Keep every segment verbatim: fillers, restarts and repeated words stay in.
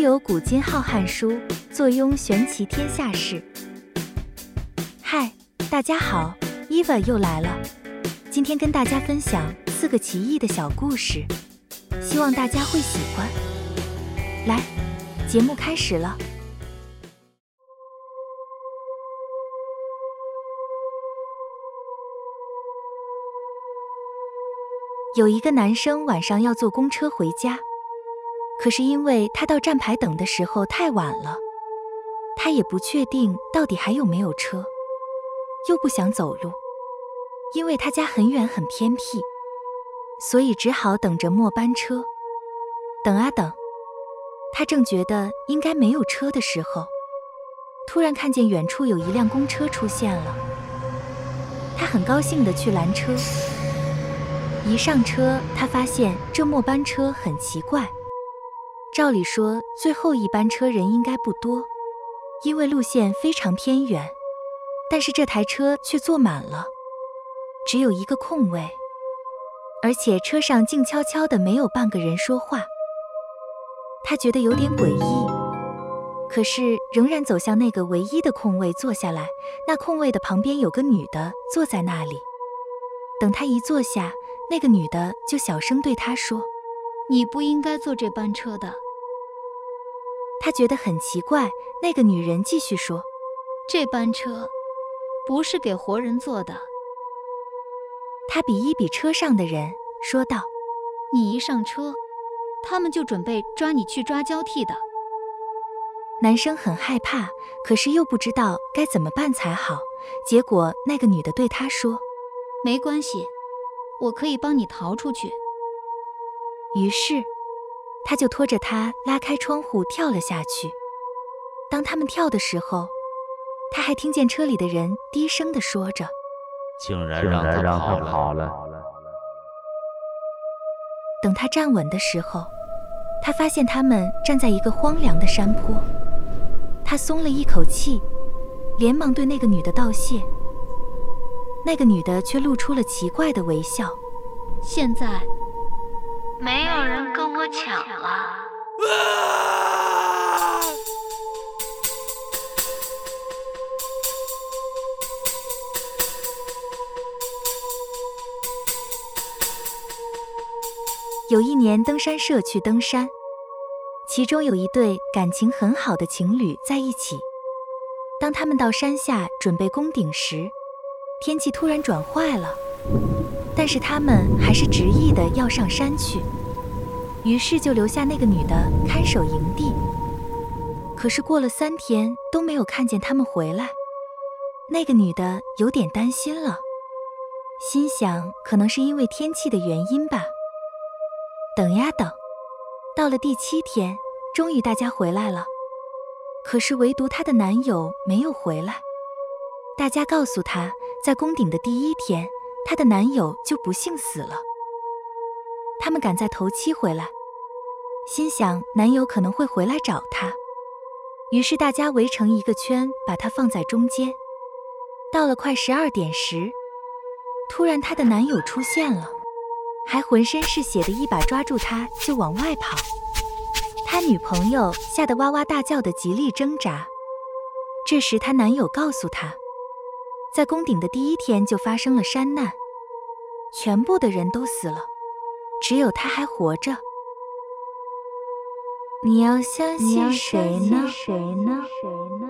有古今浩瀚书，坐拥玄奇天下事。嗨，大家好，伊娃又来了。今天跟大家分享四个奇异的小故事，希望大家会喜欢。来，节目开始了。有一个男生晚上要坐公车回家，可是因为他到站牌等的时候太晚了，他也不确定到底还有没有车，又不想走路，因为他家很远很偏僻，所以只好等着末班车。等啊等，他正觉得应该没有车的时候，突然看见远处有一辆公车出现了，他很高兴地去拦车。一上车，他发现这末班车很奇怪。照理说，最后一班车人应该不多，因为路线非常偏远。但是这台车却坐满了，只有一个空位，而且车上静悄悄的，没有半个人说话。他觉得有点诡异，可是仍然走向那个唯一的空位坐下来。那空位的旁边有个女的坐在那里。等他一坐下，那个女的就小声对他说：“ 你不应该坐这班车的。” 他觉得很奇怪，那个女人继续说：“ 这班车不是给活人坐的。” 他比一比车上的人，说道：“ 你一上车，他们就准备抓你去抓交替的。” 男生很害怕，可是又不知道该怎么办才好。结果那个女的对他说：“ 没关系，我可以帮你逃出去。” 于是他就拖着他拉开窗户跳了下去。当他们跳的时候，他还听见车里的人低声地说着：“ 竟然让他跑了。” 等他站稳的时候，他发现他们站在一个荒凉的山坡。他松了一口气，连忙对那个女的道谢。那个女的却露出了奇怪的微笑。 现在没有人跟我抢了。 啊！ 有一年，登山社去登山，其中有一对感情很好的情侣在一起。当他们到山下准备攻顶时，天气突然转坏了，但是他们还是执意的要上山去，于是就留下那个女的看守营地。可是过了三天都没有看见他们回来，那个女的有点担心了，心想可能是因为天气的原因吧。等呀等，到了第七天，终于大家回来了，可是唯独她的男友没有回来。大家告诉她，在攻顶的第一天，她的男友就不幸死了。他们赶在头七回来，心想男友可能会回来找她，于是大家围成一个圈，把她放在中间。到了快十二点时，突然她的男友出现了，还浑身是血的一把抓住她就往外跑。她女朋友吓得哇哇大叫的极力挣扎。这时她男友告诉她，在攻顶的第一天就发生了山难，全部的人都死了，只有他还活着。你要相信谁呢？谁呢？谁呢？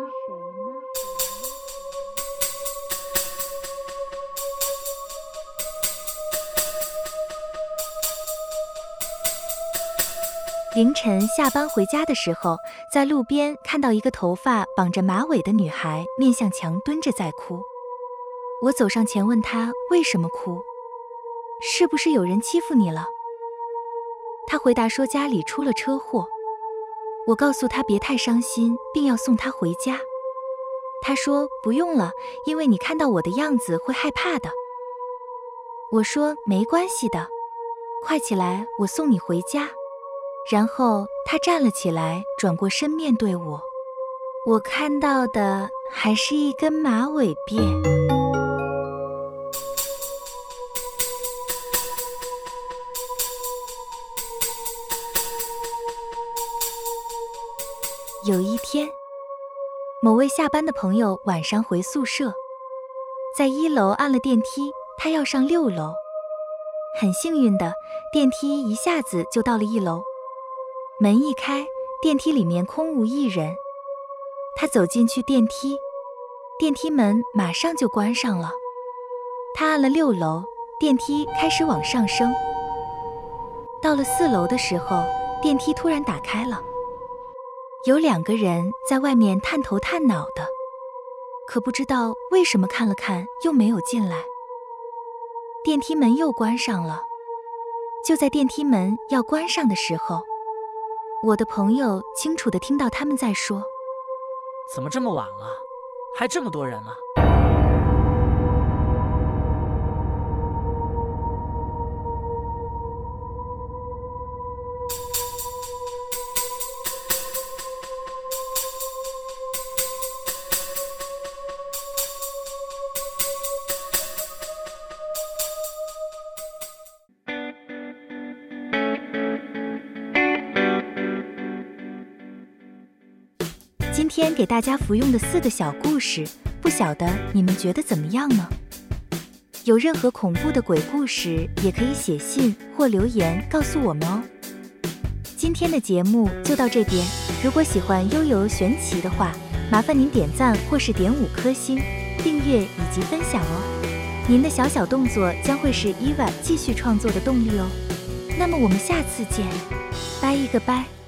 凌晨下班回家的时候，在路边看到一个头发绑着马尾的女孩面向墙蹲着在哭。我走上前问她为什么哭，是不是有人欺负你了？她回答说家里出了车祸。我告诉她别太伤心，并要送她回家。她说不用了，因为你看到我的样子会害怕的。我说没关系的，快起来，我送你回家。然后她站了起来，转过身面对我。我看到的还是一根马尾辫。 有一天，某位下班的朋友晚上回宿舍，在一楼按了电梯，他要上六楼。很幸运的，电梯一下子就到了一楼。门一开，电梯里面空无一人。他走进去电梯，电梯门马上就关上了。他按了六楼，电梯开始往上升。到了四楼的时候，电梯突然打开了，有两个人在外面探头探脑的，可不知道为什么看了看又没有进来。电梯门又关上了。就在电梯门要关上的时候，我的朋友清楚地听到他们在说： 怎么这么晚了，还这么多人啊？ 今天给大家服用的四个小故事，不晓得你们觉得怎么样呢？有任何恐怖的鬼故事，也可以写信或留言告诉我们哦。今天的节目就到这边，如果喜欢悠悠玄奇的话，麻烦您点赞或是点五颗星、订阅以及分享哦。您的小小动作将会是伊娃继续创作的动力哦。那么我们下次见，拜一个拜。